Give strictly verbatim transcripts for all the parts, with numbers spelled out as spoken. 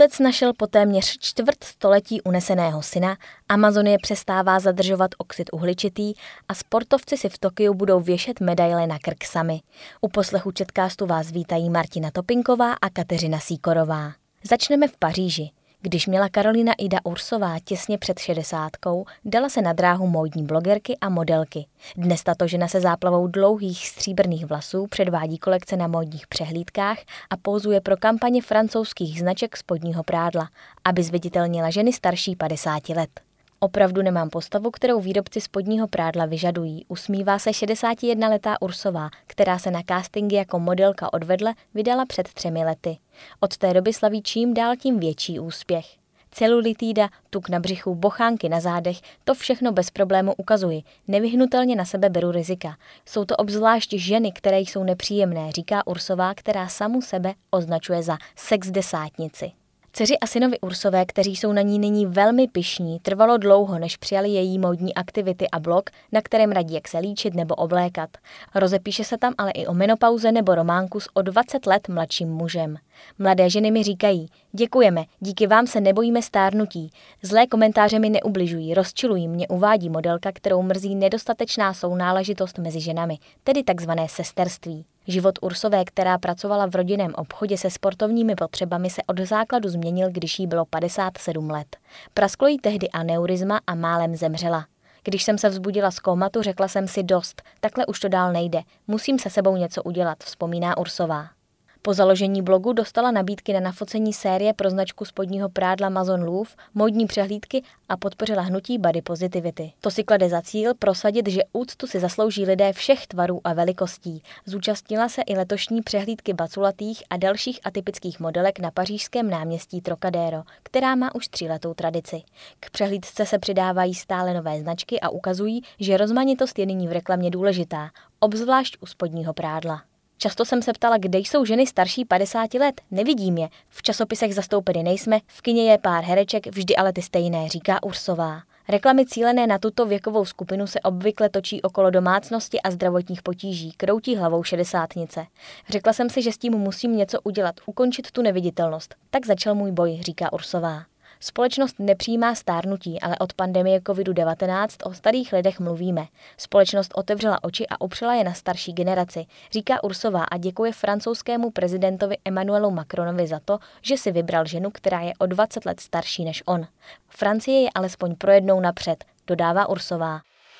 Otec našel po téměř čtvrt století uneseného syna, Amazonie přestává zadržovat oxid uhličitý a sportovci si v Tokiu budou věšet medaile na krk sami. U poslechu Četcastu vás vítají Martina Topinková a Kateřina Sýkorová. Začneme v Paříži. Když měla Karolina Ida Ursová těsně před šedesátkou, dala se na dráhu módní blogerky a modelky. Dnes tato žena se záplavou dlouhých stříbrných vlasů předvádí kolekce na módních přehlídkách a pózuje pro kampaně francouzských značek spodního prádla, aby zviditelnila ženy starší padesáti let. Opravdu nemám postavu, kterou výrobci spodního prádla vyžadují, usmívá se šedesátijednaletá Ursová, která se na castingy jako modelka odvedle vydala před třemi lety. Od té doby slaví čím dál tím větší úspěch. Celulitída, tuk na břichu, bochánky na zádech, to všechno bez problému ukazuji. Nevyhnutelně na sebe beru rizika. Jsou to obzvlášť ženy, které jsou nepříjemné, říká Ursová, která samu sebe označuje za sexdesátnici. Dceři a synovi Ursové, kteří jsou na ní nyní velmi pyšní, trvalo dlouho, než přijali její módní aktivity a blog, na kterém radí, jak se líčit nebo oblékat. Rozepíše se tam ale i o menopauze nebo románku s o dvacet let mladším mužem. Mladé ženy mi říkají, děkujeme, díky vám se nebojíme stárnutí. Zlé komentáře mi neubližují, rozčilují mě, uvádí modelka, kterou mrzí nedostatečná sounáležitost mezi ženami, tedy takzvané sesterství. Život Ursové, která pracovala v rodinném obchodě se sportovními potřebami, se od základu změnil, když jí bylo padesát sedm let. Prasklo jí tehdy aneurizma a málem zemřela. Když jsem se vzbudila z kómatu, řekla jsem si dost, takhle už to dál nejde, musím se sebou něco udělat, vzpomíná Ursová. Po založení blogu dostala nabídky na nafocení série pro značku spodního prádla Maison Louvre, módní přehlídky a podpořila hnutí body positivity. To si klade za cíl prosadit, že úctu si zaslouží lidé všech tvarů a velikostí. Zúčastnila se i letošní přehlídky baculatých a dalších atypických modelek na pařížském náměstí Trocadéro, která má už tříletou tradici. K přehlídce se přidávají stále nové značky a ukazují, že rozmanitost je nyní v reklamě důležitá, obzvlášť u spodního prádla. Často jsem se ptala, kde jsou ženy starší padesáti let, nevidím je. V časopisech zastoupeny nejsme, v kině je pár hereček, vždy ale ty stejné, říká Ursová. Reklamy cílené na tuto věkovou skupinu se obvykle točí okolo domácnosti a zdravotních potíží, kroutí hlavou šedesátnice. Řekla jsem si, že s tím musím něco udělat, ukončit tu neviditelnost. Tak začal můj boj, říká Ursová. Společnost nepřijímá stárnutí, ale od pandemie kovidu devatenáct o starých lidech mluvíme. Společnost otevřela oči a opřela je na starší generaci, říká Ursová a děkuje francouzskému prezidentovi Emmanuelu Macronovi za to, že si vybral ženu, která je o dvacet let starší než on. Francie je alespoň pro jednou napřed, dodává Ursová.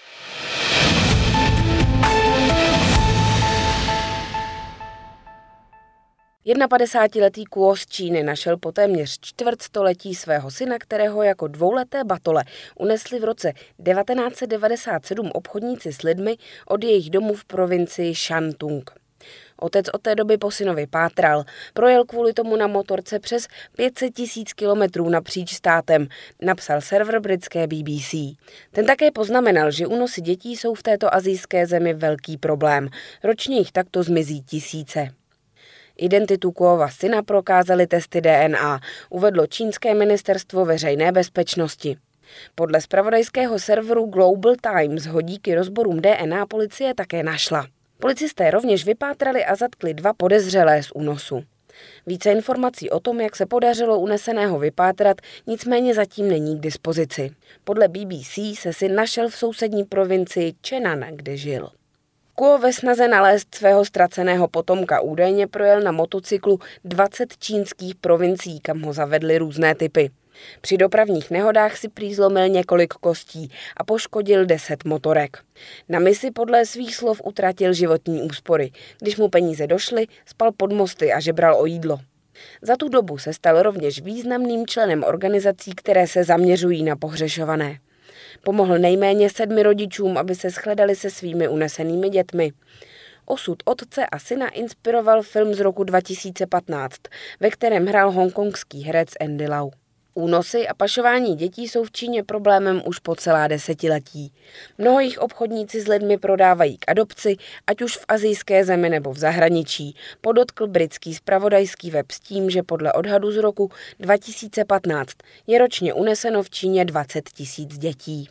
padesátidvouletý Kuo z Číny našel po téměř čtvrtstoletí svého syna, kterého jako dvouleté batole unesli v roce devatenáct set devadesát sedm obchodníci s lidmi od jejich domu v provincii Shantung. Otec od té doby po synovi pátral, projel kvůli tomu na motorce přes pět set tisíc kilometrů napříč státem, napsal server britské B B C. Ten také poznamenal, že únosy dětí jsou v této asijské zemi velký problém. Ročně jich takto zmizí tisíce. Identitu Kuova syna prokázaly testy D N A, uvedlo čínské ministerstvo veřejné bezpečnosti. Podle zpravodajského serveru Global Times ho díky rozborům D N A policie také našla. Policisté rovněž vypátrali a zatkli dva podezřelé z únosu. Více informací o tom, jak se podařilo uneseného vypátrat, nicméně zatím není k dispozici. Podle B B C se syn našel v sousední provincii Chenan, kde žil. Kuo ve snaze nalézt svého ztraceného potomka údajně projel na motocyklu dvacet čínských provincií, kam ho zavedly různé typy. Při dopravních nehodách si prý zlomil několik kostí a poškodil deset motorek. Na misi podle svých slov utratil životní úspory. Když mu peníze došly, spal pod mosty a žebral o jídlo. Za tu dobu se stal rovněž významným členem organizací, které se zaměřují na pohřešované. Pomohl nejméně sedmi rodičům, aby se shledali se svými unesenými dětmi. Osud otce a syna inspiroval film z roku dva tisíce patnáct, ve kterém hrál hongkongský herec Andy Lau. Únosy a pašování dětí jsou v Číně problémem už po celá desetiletí. Mnoho jich obchodníci s lidmi prodávají k adopci, ať už v asijské zemi nebo v zahraničí, podotkl britský zpravodajský web s tím, že podle odhadu z roku dva tisíce patnáct je ročně uneseno v Číně dvacet tisíc dětí.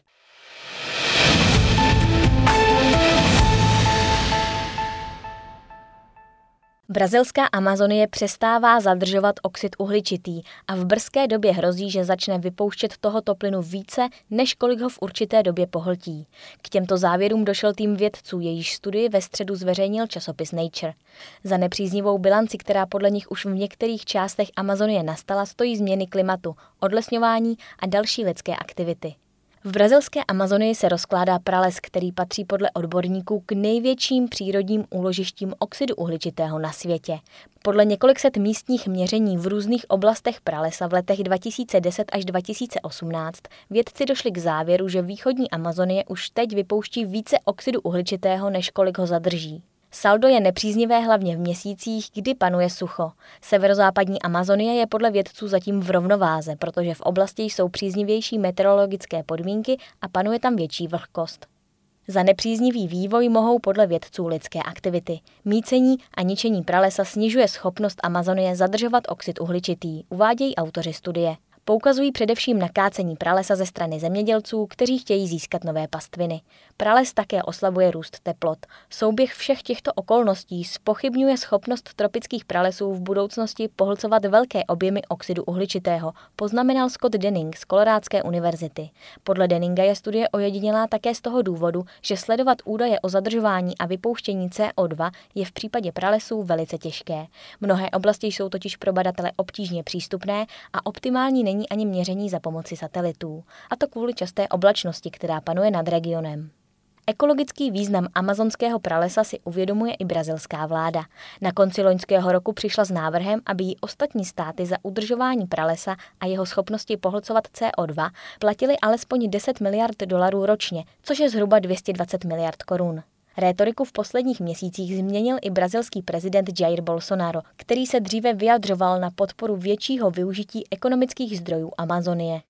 Brazilská Amazonie přestává zadržovat oxid uhličitý a v brzké době hrozí, že začne vypouštět tohoto plynu více, než kolik ho v určité době pohltí. K těmto závěrům došel tým vědců, jejíž studii ve středu zveřejnil časopis Nature. Za nepříznivou bilanci, která podle nich už v některých částech Amazonie nastala, stojí změny klimatu, odlesňování a další lidské aktivity. V brazilské Amazonii se rozkládá prales, který patří podle odborníků k největším přírodním úložištím oxidu uhličitého na světě. Podle několik set místních měření v různých oblastech pralesa v letech dva tisíce deset až dva tisíce osmnáct vědci došli k závěru, že východní Amazonie už teď vypouští více oxidu uhličitého, než kolik ho zadrží. Saldo je nepříznivé hlavně v měsících, kdy panuje sucho. Severozápadní Amazonie je podle vědců zatím v rovnováze, protože v oblasti jsou příznivější meteorologické podmínky a panuje tam větší vlhkost. Za nepříznivý vývoj mohou podle vědců lidské aktivity. Mícení a ničení pralesa snižuje schopnost Amazonie zadržovat oxid uhličitý, uvádějí autoři studie. Poukazují především na kácení pralesa ze strany zemědělců, kteří chtějí získat nové pastviny. Prales také oslabuje růst teplot. Souběh všech těchto okolností zpochybňuje schopnost tropických pralesů v budoucnosti pohlcovat velké objemy oxidu uhličitého, poznamenal Scott Denning z Kolorádské univerzity. Podle Denninga je studie ojedinělá také z toho důvodu, že sledovat údaje o zadržování a vypouštění C O dva je v případě pralesů velice těžké. Mnohé oblasti jsou totiž pro badatele obtížně přístupné a optimální není ani měření za pomoci satelitů, a to kvůli časté oblačnosti, která panuje nad regionem. Ekologický význam amazonského pralesa si uvědomuje i brazilská vláda. Na konci loňského roku přišla s návrhem, aby jí ostatní státy za udržování pralesa a jeho schopnosti pohlcovat C O dva platili alespoň deset miliard dolarů ročně, což je zhruba dvě stě dvacet miliard korun. Rétoriku v posledních měsících změnil i brazilský prezident Jair Bolsonaro, který se dříve vyjadřoval na podporu většího využití ekonomických zdrojů Amazonie.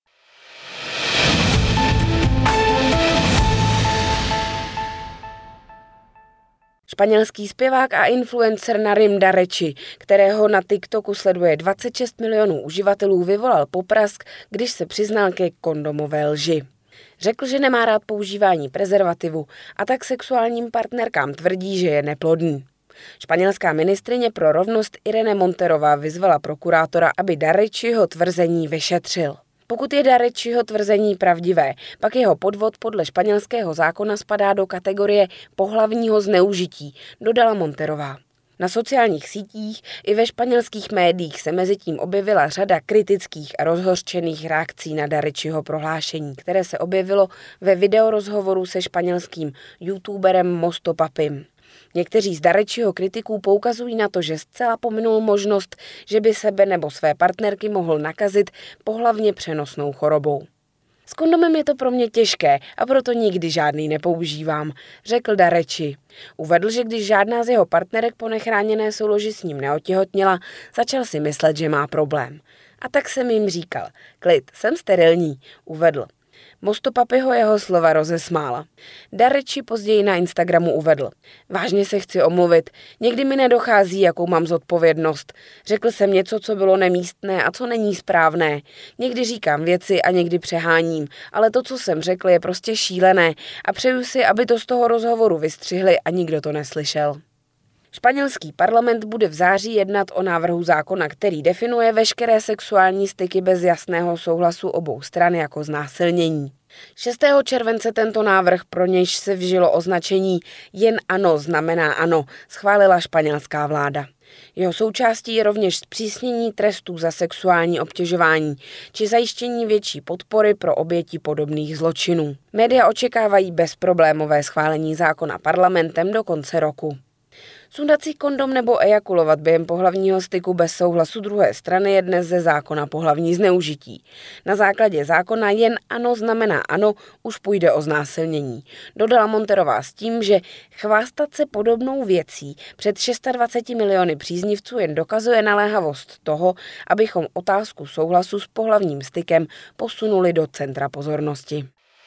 Španělský zpěvák a influencer Narim Darechi, kterého na TikToku sleduje dvacet šest milionů uživatelů, vyvolal poprask, když se přiznal ke kondomové lži. Řekl, že nemá rád používání prezervativu a tak sexuálním partnerkám tvrdí, že je neplodný. Španělská ministryně pro rovnost Irene Monterová vyzvala prokurátora, aby Darechiho tvrzení vyšetřil. Pokud je Darechiho tvrzení pravdivé, pak jeho podvod podle španělského zákona spadá do kategorie pohlavního zneužití, dodala Monterová. Na sociálních sítích i ve španělských médiích se mezitím objevila řada kritických a rozhořčených reakcí na Darechiho prohlášení, které se objevilo ve videorozhovoru se španělským youtuberem Mostopapim. Někteří z Darechiho kritiků poukazují na to, že zcela pominul možnost, že by sebe nebo své partnerky mohl nakazit pohlavně přenosnou chorobou. S kondomem je to pro mě těžké a proto nikdy žádný nepoužívám, řekl Darechi. Uvedl, že když žádná z jeho partnerek po nechráněné souloži s ním neotěhotněla, začal si myslet, že má problém. A tak jsem jim říkal, klid, jsem sterilní, uvedl. Mostopapiho jeho slova rozesmála. Darechi později na Instagramu uvedl. Vážně se chci omluvit, někdy mi nedochází, jakou mám zodpovědnost. Řekl jsem něco, co bylo nemístné a co není správné. Někdy říkám věci a někdy přeháním, ale to, co jsem řekl, je prostě šílené a přeju si, aby to z toho rozhovoru vystřihli a nikdo to neslyšel. Španělský parlament bude v září jednat o návrhu zákona, který definuje veškeré sexuální styky bez jasného souhlasu obou stran jako znásilnění. šestého července tento návrh, pro nějž se vžilo označení jen ano znamená ano, schválila španělská vláda. Jeho součástí je rovněž zpřísnění trestů za sexuální obtěžování či zajištění větší podpory pro oběti podobných zločinů. Média očekávají bezproblémové schválení zákona parlamentem do konce roku. Sundat si kondom nebo ejakulovat během pohlavního styku bez souhlasu druhé strany je dnes ze zákona pohlavní zneužití. Na základě zákona jen ano znamená ano, už půjde o znásilnění. Dodala Monterová s tím, že chvástat se podobnou věcí před dvaceti šesti miliony příznivců jen dokazuje naléhavost toho, abychom otázku souhlasu s pohlavním stykem posunuli do centra pozornosti.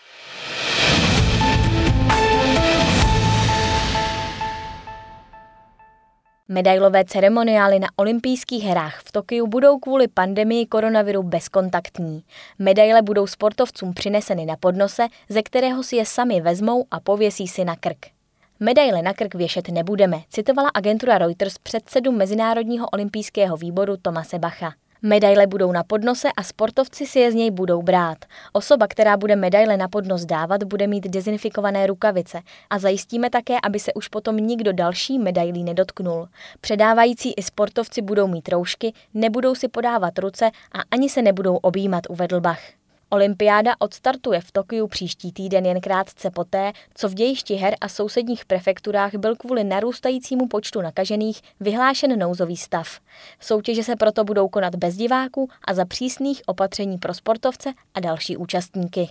Medailové ceremoniály na olympijských hrách v Tokiu budou kvůli pandemii koronaviru bezkontaktní. Medaile budou sportovcům přineseny na podnose, ze kterého si je sami vezmou a pověsí si na krk. Medaile na krk věšet nebudeme, citovala agentura Reuters předsedu Mezinárodního olympijského výboru Thomase Bacha. Medaile budou na podnose a sportovci si je z něj budou brát. Osoba, která bude medaile na podnos dávat, bude mít dezinfikované rukavice a zajistíme také, aby se už potom nikdo další medailí nedotknul. Předávající i sportovci budou mít roušky, nebudou si podávat ruce a ani se nebudou objímat, uvedl Bach. Olympiáda odstartuje v Tokiu příští týden jen krátce poté, co v dějišti her a sousedních prefekturách byl kvůli narůstajícímu počtu nakažených vyhlášen nouzový stav. Soutěže se proto budou konat bez diváků a za přísných opatření pro sportovce a další účastníky.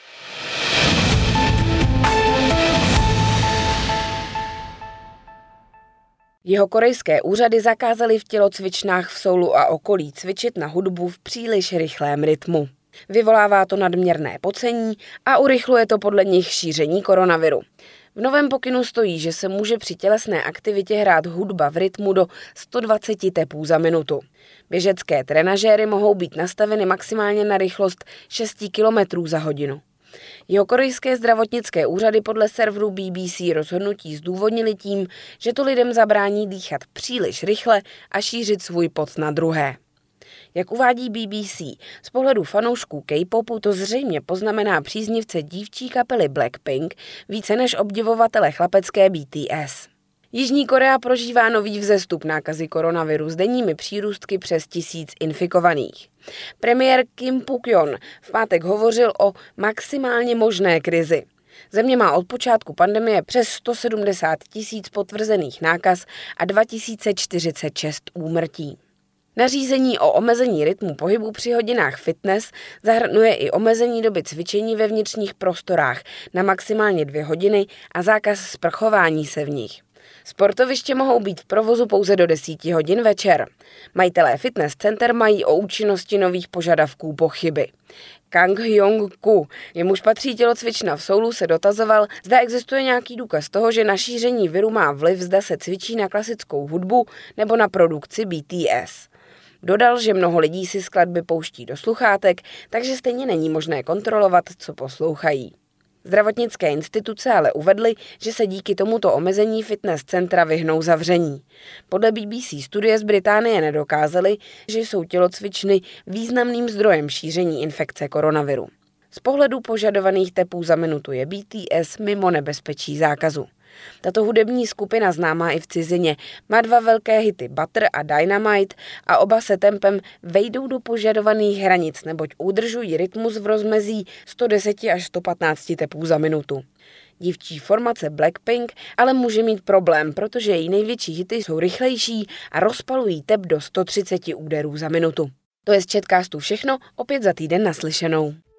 Jihokorejské úřady zakázaly v tělocvičnách v Soulu a okolí cvičit na hudbu v příliš rychlém rytmu. Vyvolává to nadměrné pocení a urychluje to podle nich šíření koronaviru. V novém pokynu stojí, že se může při tělesné aktivitě hrát hudba v rytmu do sto dvacet tepů za minutu. Běžecké trenažéry mohou být nastaveny maximálně na rychlost šest kilometrů za hodinu. Jihokorejské zdravotnické úřady podle serveru B B C rozhodnutí zdůvodnili tím, že to lidem zabrání dýchat příliš rychle a šířit svůj pot na druhé. Jak uvádí B B C, z pohledu fanoušků K-popu to zřejmě poznamená příznivce dívčí kapely Blackpink více než obdivovatele chlapecké B T S. Jižní Korea prožívá nový vzestup nákazy koronaviru s denními přírůstky přes tisíc infikovaných. Premiér Kim Puk-yon v pátek hovořil o maximálně možné krizi. Země má od počátku pandemie přes sto sedmdesát tisíc potvrzených nákaz a dva tisíce čtyřicet šest úmrtí. Nařízení o omezení rytmu pohybu při hodinách fitness zahrnuje i omezení doby cvičení ve vnitřních prostorách na maximálně dvě hodiny a zákaz sprchování se v nich. Sportoviště mohou být v provozu pouze do deseti hodin večer. Majitelé fitness center mají o účinnosti nových požadavků pochyby. Kang Hyong-ku, jemuž patří tělocvična v Soulu, se dotazoval, zda existuje nějaký důkaz toho, že na šíření viru má vliv, zda se cvičí na klasickou hudbu nebo na produkci B T S. Dodal, že mnoho lidí si skladby pouští do sluchátek, takže stejně není možné kontrolovat, co poslouchají. Zdravotnické instituce ale uvedly, že se díky tomuto omezení fitness centra vyhnou zavření. Podle B B C studie z Británie nedokázaly, že jsou tělocvičny významným zdrojem šíření infekce koronaviru. Z pohledu požadovaných tepů za minutu je B T S mimo nebezpečí zákazu. Tato hudební skupina, známá i v cizině, má dva velké hity Butter a Dynamite a oba se tempem vejdou do požadovaných hranic, neboť udržují rytmus v rozmezí sto deset až sto patnáct tepů za minutu. Dívčí formace Blackpink ale může mít problém, protože její největší hity jsou rychlejší a rozpalují tep do sto třicet úderů za minutu. To je z Chatcastu všechno, opět za týden naslyšenou.